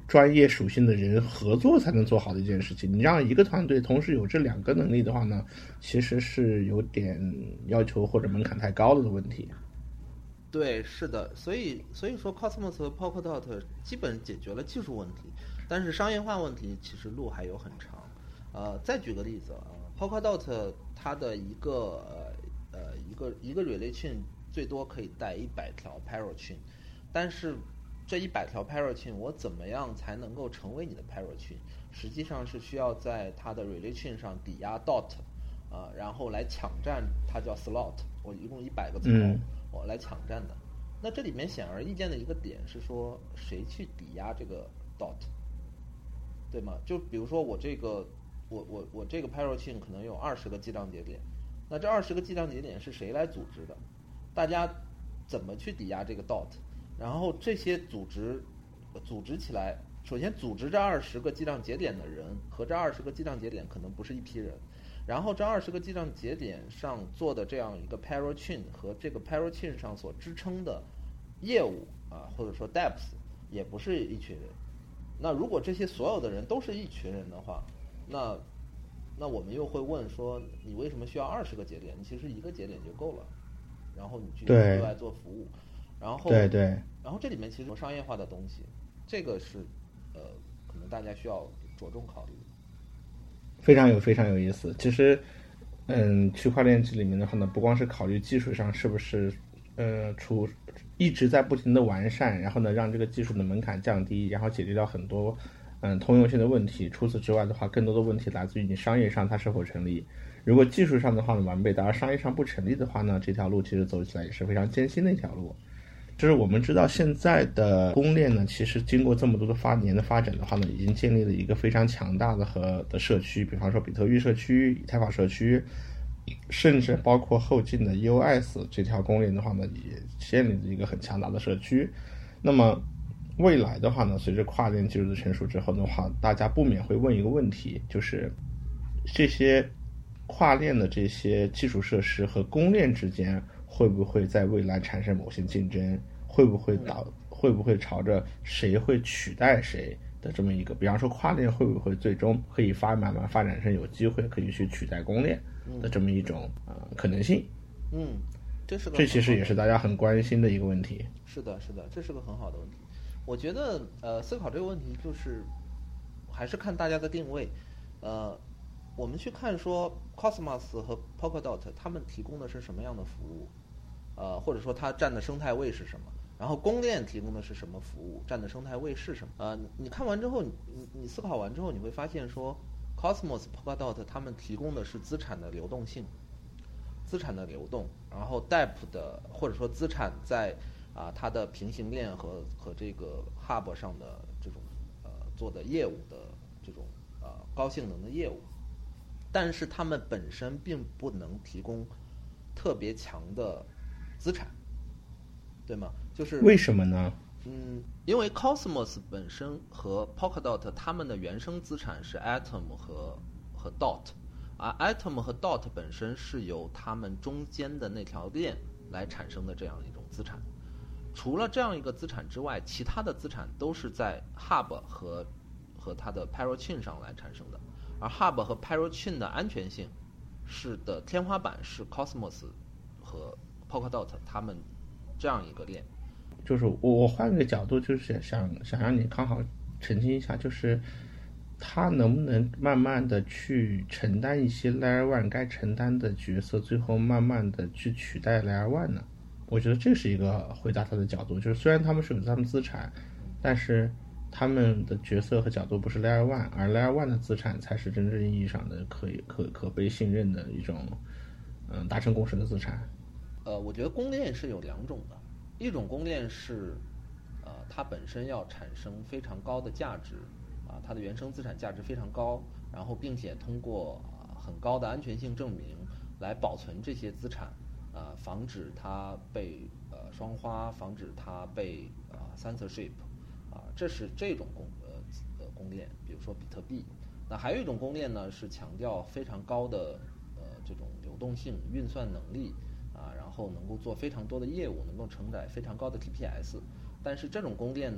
专业属性的人合作才能做好的一件事情。你让一个团队同时有这两个能力的话呢，其实是有点要求或者门槛太高了的问题。 对，是的，所以所以说 Cosmos 和 Polkadot 基本解决了技术问题，但是商业化问题其实路还有很长。呃，再举个例子啊 ，Polkadot 它的一个呃呃一个一个 relay chain 最多可以带一百条 parachain， 但是这一百条 parachain 我怎么样才能够成为你的 parachain？ 实际上是需要在它的 relay chain 上抵押 dot， 呃，然后来抢占它叫 slot， 我一共一百个槽。嗯，我来抢占的。那这里面显而易见的一个点是说，谁去抵押这个 dot， 对吗？就比如说我这个，我我我这个 parachain 可能有二十个记账节点，那这二十个记账节点是谁来组织的？大家怎么去抵押这个 dot？ 然后这些组织组织起来，首先组织这二十个记账节点的人和这二十个记账节点可能不是一批人。然后这二十个记账节点上做的这样一个 parachain 和这个 parachain 上所支撑的业务啊，或者说 depth 也不是一群人。那如果这些所有的人都是一群人的话，那那我们又会问说，你为什么需要二十个节点？你其实一个节点就够了，然后你去对外做服务，然后对对， 然后这里面其实有商业化的东西，这个是呃可能大家需要着重考虑。 非常有非常有意思。其实，嗯，区块链这里面的话呢，不光是考虑技术上是不是，呃，出一直在不停的完善，然后呢，让这个技术的门槛降低，然后解决掉很多，嗯，通用性的问题。除此之外的话，更多的问题来自于你商业上它是否成立。如果技术上的话呢完备，而商业上不成立的话呢，这条路其实走起来也是非常艰辛的一条路。就是我们知道现在的公链呢，其实经过这么多的发年的发展的话呢，已经建立了一个非常强大的和的社区，比方说比特币社区、以太坊社区，甚至包括后进的 E O S 这条公链的话呢，也建立了一个很强大的社区。那么未来的话呢，随着跨链技术的成熟之后的话，大家不免会问一个问题，就是这些跨链的这些基础设施和公链之间会不会在未来产生某些竞争？会不会导？会不会朝着谁会取代谁的这么一个？比方说跨链会不会最终可以发慢慢发展成有机会可以去取代公链的这么一种呃可能性？ 嗯，这是个这其实也是大家很关心的一个问题。 是的，是的，这是个很好的问题。我觉得呃，思考这个问题就是还是看大家的定位。呃，我们去看说 Cosmos 和 Polkadot 他们提供的是什么样的服务，呃，或者说它占的生态位是什么，然后公链提供的是什么服务，占的生态位是什么。呃，你看完之后，你你思考完之后，你会发现说 Cosmos、Polkadot 他们提供的是资产的流动性，资产的流动，然后 depth 的或者说资产在啊它的平行链和和这个 hub 上的这种呃做的业务的这种呃高性能的业务，但是他们本身并不能提供特别强的资产，对吗？就是为什么呢？ 嗯，因为 Cosmos 本身和 Polkadot 他们的原生资产是 Atom 和和 Dot， 而 Atom 和 Dot 本身是由他们中间的那条链来产生的这样一种资产。除了这样一个资产之外，其他的资产都是在 Hub 和和它的 Parachain 上来产生的，而 Hub 和 Parachain 的安全性是的天花板是 Cosmos 和 Polkadot 他们这样一个链。 就是我我换个角度，就是想想让你刚好澄清一下，就是他能不能慢慢的去承担一些 Layer One 该承担的角色，最后慢慢的去取代 Layer One 呢？我觉得这是一个回答他的角度，就是虽然他们是有他们资产，但是他们的角色和角度不是 Layer One， 而 Layer One 的资产才是真正意义上的可以可可被信任的一种嗯达成共识的资产。 呃，我觉得公链是有两种的，一种公链是呃它本身要产生非常高的价值啊、呃，它的原生资产价值非常高，然后并且通过、呃、很高的安全性证明来保存这些资产。呃，防止它被呃双花，防止它被呃 censorship， 啊、呃，这是这种公呃呃公链，比如说比特币。那还有一种公链呢，是强调非常高的呃这种流动性、运算能力啊、呃，然后能够做非常多的业务，能够承载非常高的 T P S。但是这种公链呢，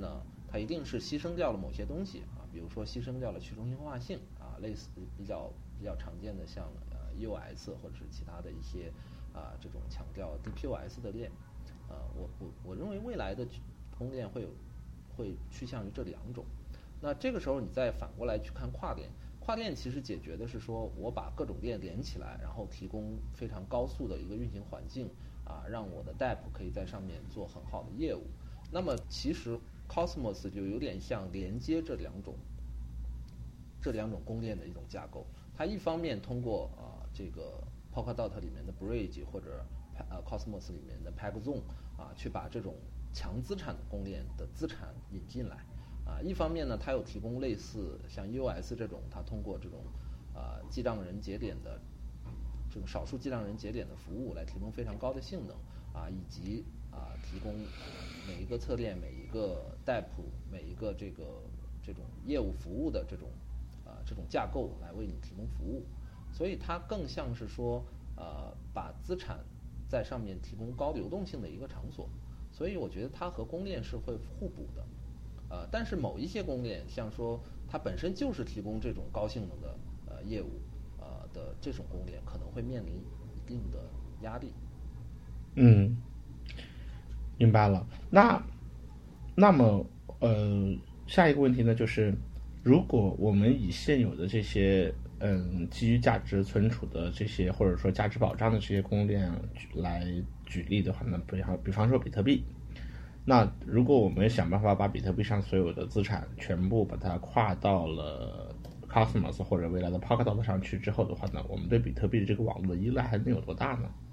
它一定是牺牲掉了某些东西啊，比如说牺牲掉了去中心化性啊，类似比较比较常见的像呃 E O S 或者是其他的一些啊这种强调 D P O S 的链，呃，我我我认为未来的公链会有会趋向于这两种。那这个时候你再反过来去看跨链，跨链其实解决的是说我把各种链连起来，然后提供非常高速的一个运行环境啊，让我的 D A P 可以在上面做很好的业务。那么其实 Cosmos 就有点像连接这两种这两种公链的一种架构。它一方面通过啊、呃、这个 Polkadot 里面的 Bridge 或者呃 Cosmos 里面的 Pegzone 啊，去把这种强资产的公链的资产引进来。啊，一方面呢，它有提供类似像 E O S 这种，它通过这种啊、呃、记账人节点的这种少数记账人节点的服务来提供非常高的性能啊，以及啊提供每一个侧链、每一个代谱、每一个这个这种业务服务的这种啊这种架构来为你提供服务，所以它更像是说呃把资产在上面提供高流动性的一个场所，所以我觉得它和公链是会互补的。呃，但是某一些公链，像说它本身就是提供这种高性能的呃业务，呃的这种公链，可能会面临一定的压力。 嗯，明白了。那那么呃，下一个问题呢，就是如果我们以现有的这些嗯基于价值存储的这些或者说价值保障的这些公链来举例的话呢，比方比方说比特币。那如果我们想办法把比特币上所有的资产全部把它跨到了 Cosmos 或者未来的 Polkadot 上去之后的话呢，我们对比特币的这个网络的依赖还能有多大呢？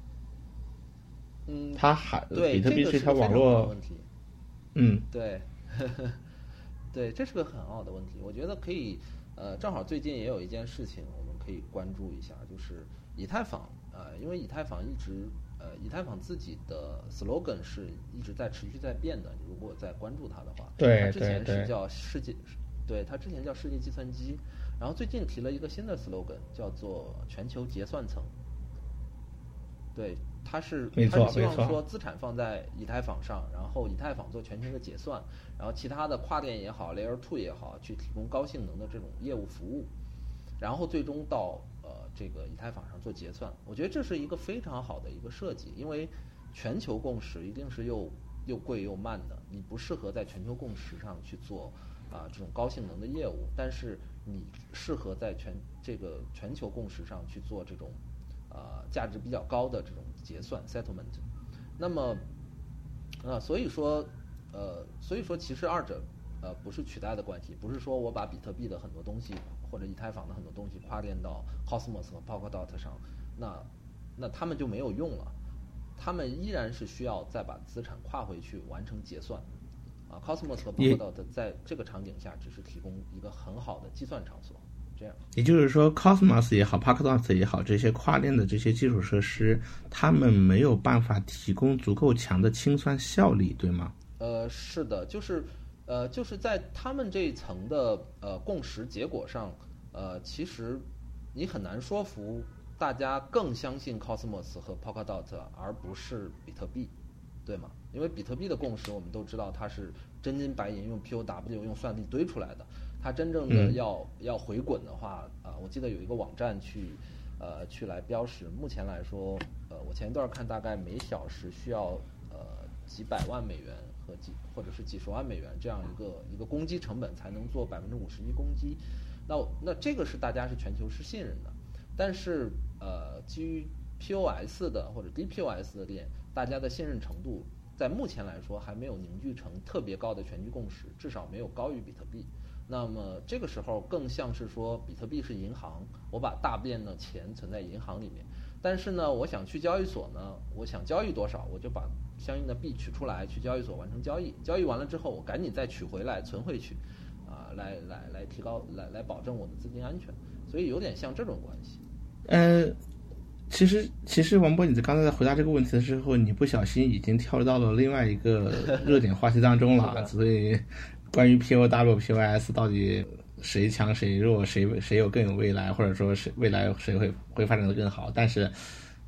嗯， 它还对， 比特币这条网络， 问题。 嗯， 对，呵呵对，这是个很好的问题。我觉得可以，呃，正好最近也有一件事情我们可以关注一下，就是以太坊，呃，因为以太坊一直。呃，以太坊自己的 slogan 是一直在持续在变的。如果在关注它的话， 对， 它之前是叫世界，对，它之前叫世界计算机，然后最近提了一个新的 slogan， 叫做全球结算层。对，它是它是希望说资产放在以太坊上，然后以太坊做全球的结算，然后其他的跨链也好 ，Layer 二也好，去提供高性能的这种业务服务，然后最终到。呃，这个以太坊上做结算，我觉得这是一个非常好的一个设计，因为全球共识一定是又又贵又慢的，你不适合在全球共识上去做啊、呃、这种高性能的业务，但是你适合在全这个全球共识上去做这种呃价值比较高的这种结算 settlement。那么，呃，所以说，呃，所以说其实二者呃不是取代的关系，不是说我把比特币的很多东西。或者以太坊的很多东西跨链到 Cosmos 和 Polkadot 上，那那他们就没有用了，他们依然是需要再把资产跨回去完成结算。啊 ，Cosmos 和 Polkadot 在这个场景下只是提供一个很好的计算场所。这样， 也就是说 ，Cosmos 也好 ，Polkadot 也好，这些跨链的这些基础设施，他们没有办法提供足够强的清算效率，对吗？ 呃，是的，就是。呃，就是在他们这一层的呃共识结果上，呃，其实你很难说服大家更相信 Cosmos 和 Polkadot 而不是比特币，对吗？因为比特币的共识我们都知道它是真金白银用 P O W 用算力堆出来的，它真正的要、嗯、要回滚的话，啊、呃，我记得有一个网站去呃去来标识，目前来说，呃，我前一段看大概每小时需要呃几百万美元。和几或者是几十万美元这样一个一个攻击成本才能做百分之五十一攻击，那那这个是大家是全球是信任的，但是呃基于 P O S 的或者 D P O S 的链，大家的信任程度在目前来说还没有凝聚成特别高的全局共识，至少没有高于比特币。那么这个时候更像是说比特币是银行，我把大便的钱存在银行里面。但是呢，我想去交易所呢，我想交易多少，我就把相应的币取出来，去交易所完成交易。交易完了之后，我赶紧再取回来，存回去，啊、呃，来来来提高，来来保证我的资金安全。所以有点像这种关系。 呃，其实其实王波，你刚才在回答这个问题的时候，你不小心已经跳到了另外一个热点话题当中了。所以，关于 P O W、P O S 到底谁强谁弱，谁谁有更有未来，或者说谁未来谁会会发展的更好，但是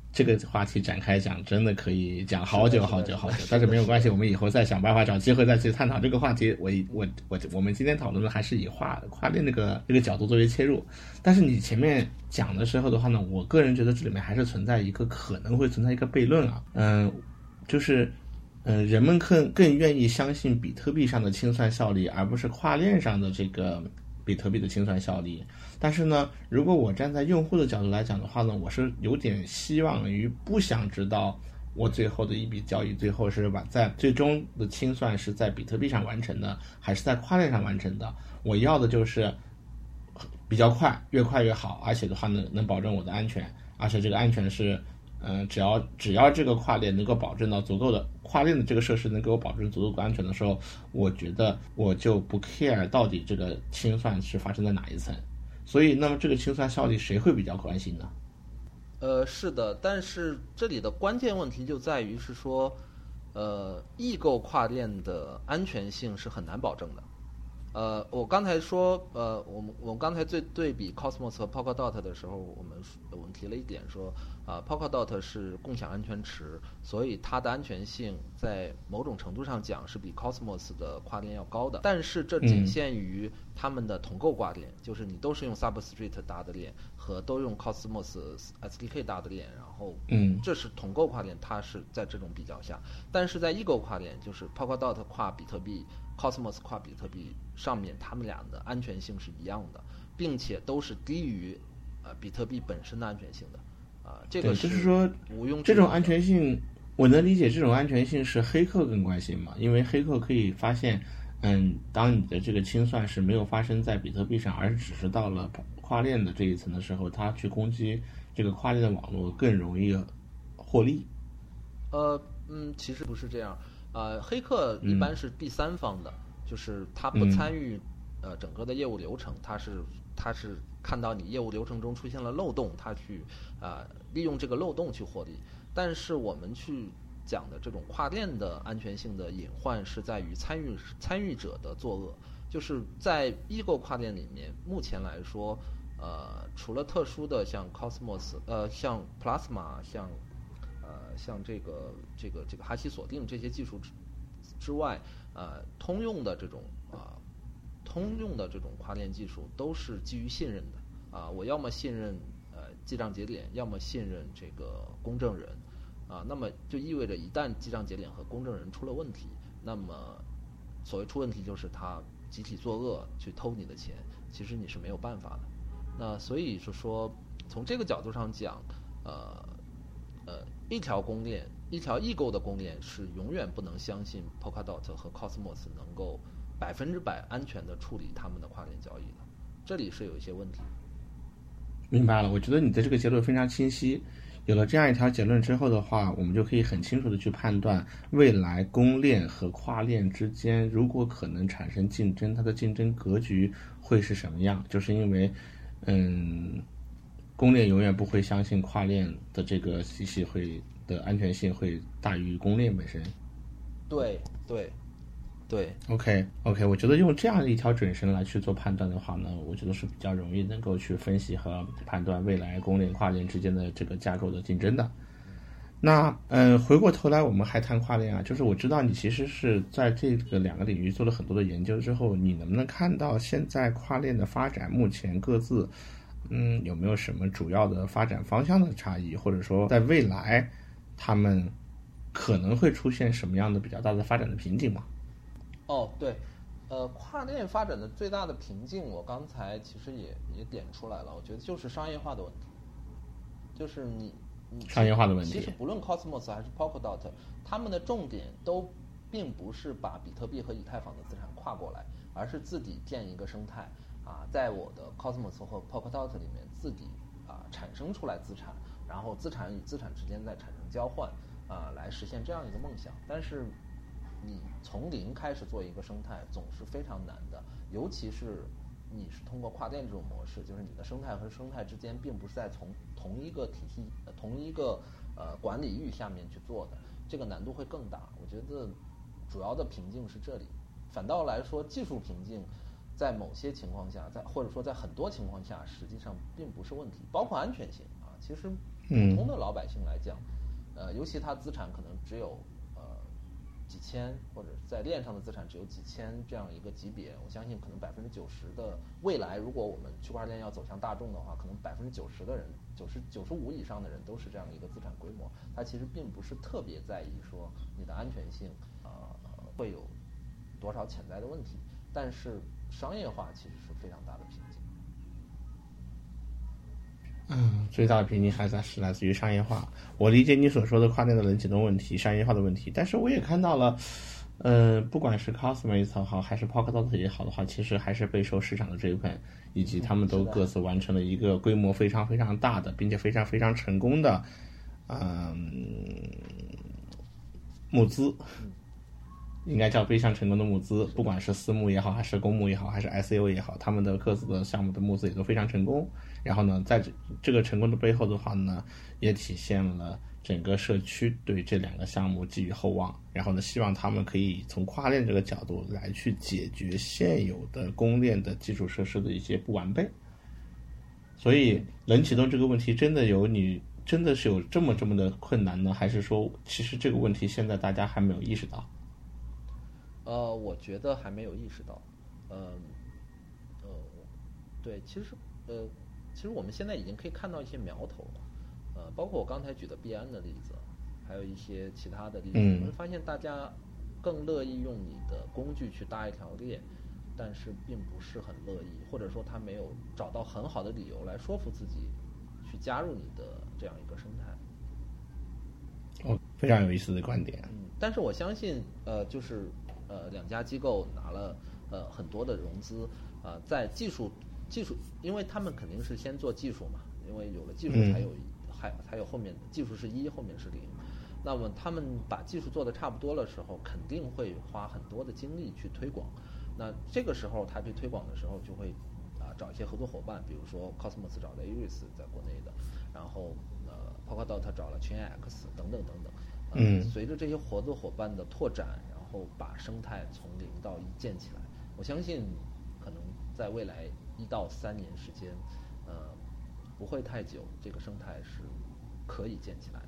这个话题展开讲，真的可以讲好久好久好久。但是没有关系，我们以后再想办法找机会再去探讨这个话题。我我我我们今天讨论的还是以跨跨链这个这个角度作为切入。但是你前面讲的时候的话呢，我个人觉得这里面还是存在一个可能会存在一个悖论啊，嗯，就是嗯、呃，人们更更愿意相信比特币上的清算效力，而不是跨链上的这个比特币的清算效力。但是呢，如果我站在用户的角度来讲的话呢，我是有点希望于不想知道我最后的一笔交易最后是把在最终的清算是在比特币上完成的，还是在跨链上完成的。我要的就是比较快，越快越好，而且的话呢，能保证我的安全，而且这个安全是嗯，只要只要这个跨链能够保证到足够的跨链的这个设施能给我保证足够安全的时候，我觉得我就不 care 到底这个清算是发生在哪一层。所以，那么这个清算效率谁会比较关心呢？ 呃，是的，但是这里的关键问题就在于是说，呃，异构跨链的安全性是很难保证的。呃，我刚才说，呃，我们我们刚才对对比 Cosmos 和 Polkadot 的时候，我们我们提了一点说，啊、呃、，Polkadot 是共享安全池，所以它的安全性在某种程度上讲是比 Cosmos 的跨链要高的。但是这仅限于他们的同构跨链，嗯、就是你都是用 Substrate 搭的链和都用 Cosmos S D K 搭的链，然后， 嗯， 这是同构跨链，它是在这种比较下。但是在异构跨链，就是 Polkadot 跨比特币。Cosmos 跨比特币上面，他们俩的安全性是一样的，并且都是低于呃比特币本身的安全性的啊、呃。这个是就是说， 毋庸置疑的这种安全性，我能理解这种安全性是黑客更关心嘛？因为黑客可以发现，嗯，当你的这个清算是没有发生在比特币上，而只是到了跨链的这一层的时候，他去攻击这个跨链的网络更容易获利。 呃，嗯，其实不是这样。呃，黑客一般是第三方的，嗯、就是他不参与、嗯、呃整个的业务流程，他是他是看到你业务流程中出现了漏洞，他去啊、呃、利用这个漏洞去获利。但是我们去讲的这种跨链的安全性的隐患是在于参与参与者的作恶，就是在异构跨链里面，目前来说，呃，除了特殊的像 Cosmos， 呃，像 Plasma， 像呃，像这个这个这个哈希锁定这些技术之之外，呃，通用的这种啊、呃，通用的这种跨链技术都是基于信任的啊、呃。我要么信任呃记账节点，要么信任这个公证人啊、呃。那么就意味着一旦记账节点和公证人出了问题，那么所谓出问题就是他集体作恶去偷你的钱，其实你是没有办法的。那所以是说，从这个角度上讲，呃。呃，一条公链，一条异构的公链是永远不能相信 Polkadot 和 Cosmos 能够百分之百安全的处理他们的跨链交易的，这里是有一些问题。 明白了，我觉得你的这个结论非常清晰。有了这样一条结论之后的话，我们就可以很清楚的去判断未来公链和跨链之间如果可能产生竞争，它的竞争格局会是什么样。就是因为，嗯。公链永远不会相信跨链的这个体系会的安全性会大于公链本身。 对对对。 OK OK， 我觉得用这样一条准绳来去做判断的话呢，我觉得是比较容易能够去分析和判断未来公链跨链之间的这个架构的竞争的。那嗯，回过头来我们还谈跨链啊，就是我知道你其实是在这个两个领域做了很多的研究之后，你能不能看到现在跨链的发展目前各自嗯，有没有什么主要的发展方向的差异，或者说在未来他们可能会出现什么样的比较大的发展的瓶颈吗？ 哦，对，呃，跨链发展的最大的瓶颈，我刚才其实也也点出来了，我觉得就是商业化的问题，就是你你商业化的问题。 其实不论 Cosmos 还是 Polkadot， 他们的重点都并不是把比特币和以太坊的资产跨过来，而是自己建一个生态。啊，在我的 Cosmos 和 Polkadot 里面自己啊产生出来资产，然后资产与资产之间再产生交换，啊，来实现这样一个梦想。但是你从零开始做一个生态总是非常难的，尤其是你是通过跨链这种模式，就是你的生态和生态之间并不是在从同一个体系、同一个呃管理域下面去做的，这个难度会更大。我觉得主要的瓶颈是这里，反倒来说技术瓶颈。在某些情况下，在或者说在很多情况下，实际上并不是问题，包括安全性啊。其实普通的老百姓来讲，呃，尤其他资产可能只有呃几千，或者在链上的资产只有几千这样一个级别，我相信可能百分之九十的未来，如果我们区块链要走向大众的话，可能百分之九十的人，九十九十五以上的人都是这样一个资产规模，他其实并不是特别在意说你的安全性，呃，会有多少潜在的问题，但是商业化其实是非常大的瓶颈。 嗯，最大的瓶颈还是来自于商业化。我理解你所说的跨链的冷启动问题、商业化的问题，但是我也看到了，呃，不管是 Cosmos 也好，还是 Polkadot 也好的话，其实还是备受市场的追捧，以及他们都各自完成了一个规模非常非常大的，并且非常非常成功的，嗯，募资。应该叫非常成功的募资，不管是私募也好，还是公募也好，还是 I C O 也好，他们的各自的项目的募资也都非常成功。然后呢，在这这个成功的背后的话呢，也体现了整个社区对这两个项目寄予厚望。然后呢，希望他们可以从跨链这个角度来去解决现有的公链的基础设施的一些不完备。所以，冷启动这个问题真的有你真的是有这么这么的困难呢？还是说，其实这个问题现在大家还没有意识到？ 呃，我觉得还没有意识到，呃，呃，对，其实，呃，其实我们现在已经可以看到一些苗头了，呃，包括我刚才举的币安的例子，还有一些其他的例子， 嗯、 我们发现大家更乐意用你的工具去搭一条链，但是并不是很乐意，或者说他没有找到很好的理由来说服自己去加入你的这样一个生态。 哦，非常有意思的观点。 嗯，但是我相信，呃，就是。呃，两家机构拿了呃很多的融资，啊、呃，在技术技术，因为他们肯定是先做技术嘛，因为有了技术才有、嗯、还才有后面的技术是一，后面是零。那么他们把技术做得差不多的时候，肯定会花很多的精力去推广。那这个时候他去推广的时候，就会啊、呃、找一些合作伙伴，比如说 Cosmos 找了 Iris 在国内的，然后呃 Polkadot 找了群 X 等等等等。呃、嗯，随着这些合作伙伴的拓展。然后把生态从零到一建起来，我相信可能在未来一到三年时间，呃，不会太久，这个生态是可以建起来的。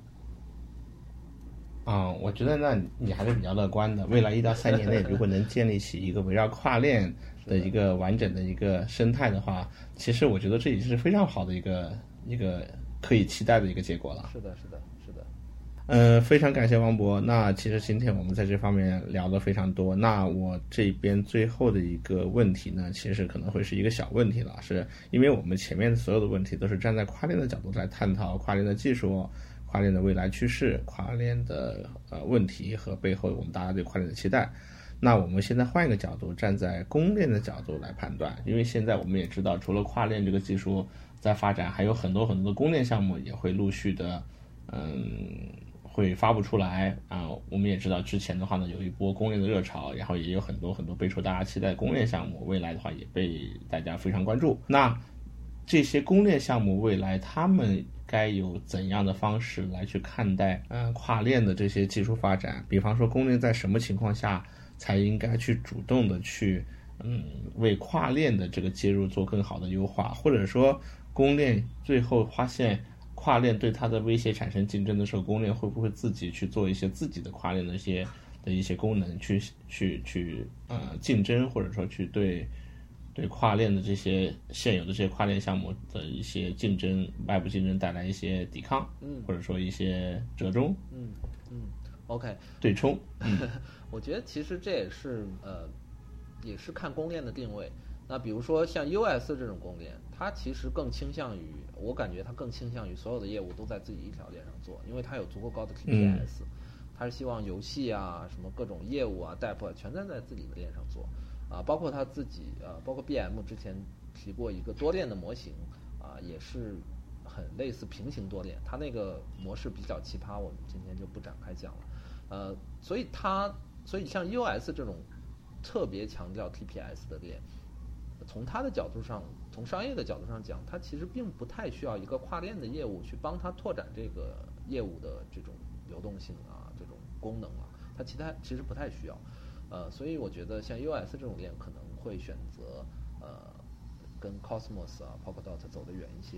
啊、嗯，我觉得那你还是比较乐观的。未来一到三年内，如果能建立起一个围绕跨链的一个完整的一个生态的话，其实我觉得这已经是非常好的一个一个可以期待的一个结果了。 是的，是的。 嗯、呃，非常感谢王博。那其实今天我们在这方面聊得非常多。那我这边最后的一个问题呢，其实可能会是一个小问题了，是因为我们前面所有的问题都是站在跨链的角度来探讨跨链的技术、跨链的未来趋势、跨链的呃问题和背后我们大家对跨链的期待。那我们现在换一个角度，站在公链的角度来判断，因为现在我们也知道，除了跨链这个技术在发展，还有很多很多的公链项目也会陆续的，嗯。会发布出来啊！我们也知道之前的话呢，有一波公链的热潮，然后也有很多很多备受大家期待的公链项目，未来的话也被大家非常关注。那这些公链项目未来他们该有怎样的方式来去看待呃跨链的这些技术发展？比方说公链在什么情况下才应该去主动的去嗯为跨链的这个接入做更好的优化，或者说公链最后发现跨链对它的威胁产生竞争的时候，公链会不会自己去做一些自己的跨链的一些的一些功能，去去去呃竞争，或者说去对对跨链的这些现有的这些跨链项目的一些竞争、外部竞争带来一些抵抗， 嗯， 或者说一些折中， 嗯嗯 ，OK， 对冲。嗯， 我觉得其实这也是呃，也是看公链的定位。那比如说像 U S 这种公链，它其实更倾向于，我感觉它更倾向于所有的业务都在自己一条链上做，因为它有足够高的 T P S，、嗯、它是希望游戏啊、什么各种业务啊、D A P 啊，全在在自己的链上做，啊，包括它自己啊，包括 B M 之前提过一个多链的模型啊，也是很类似平行多链，它那个模式比较奇葩，我们今天就不展开讲了，呃，所以它，所以像 U S 这种特别强调 T P S 的链。从他的角度上，从商业的角度上讲，他其实并不太需要一个跨链的业务去帮他拓展这个业务的这种流动性啊，这种功能啊，他其他其实不太需要，呃，所以我觉得像 U S 这种链可能会选择呃跟 Cosmos 啊、Polkadot 走得远一些，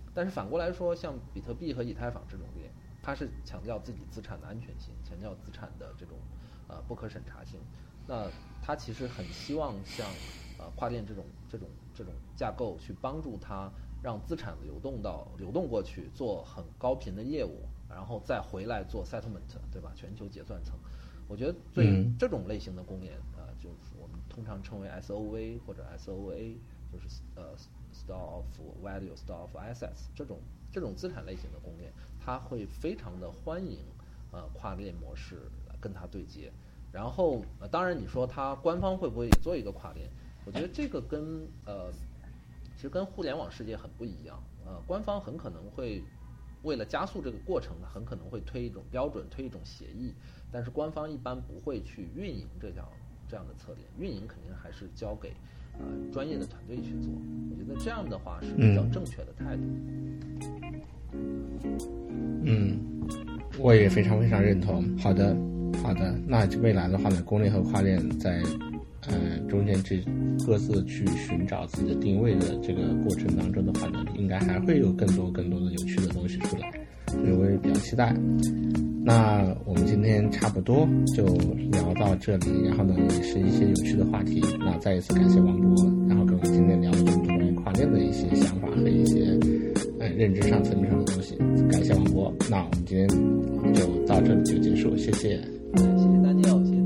但是反过来说，像比特币和以太坊这种链，它是强调自己资产的安全性，强调资产的这种呃不可审查性。那它其实很希望像呃跨链这种这种这种架构去帮助它，让资产流动到流动过去，做很高频的业务，然后再回来做 settlement， 对吧？全球结算层。我觉得对这种类型的公链啊、呃，就是我们通常称为 S O V 或者 S O A， 就是呃 Store of Value、Store of Assets 这种这种资产类型的公链，它会非常的欢迎呃跨链模式跟它对接。然后呃，当然你说它官方会不会也做一个跨链？我觉得这个跟呃其实跟互联网世界很不一样。呃，官方很可能会为了加速这个过程，很可能会推一种标准，推一种协议。但是官方一般不会去运营这样这样的策略，运营肯定还是交给呃专业的团队去做。我觉得这样的话是比较正确的态度。 嗯，我也非常非常认同。好的，好的。那未来的话呢，公链和跨链在呃中间这各自去寻找自己的定位的这个过程当中的话呢，应该还会有更多更多的有趣的东西出来，所以我也比较期待。那我们今天差不多就聊到这里，然后呢也是一些有趣的话题。那再一次感谢王博，然后跟我们今天聊了这么多关于跨链的一些想法和一些呃认知上层面上的东西，感谢王博。那我们今天就到这里就结束，谢谢。 谢谢Daniel，谢谢。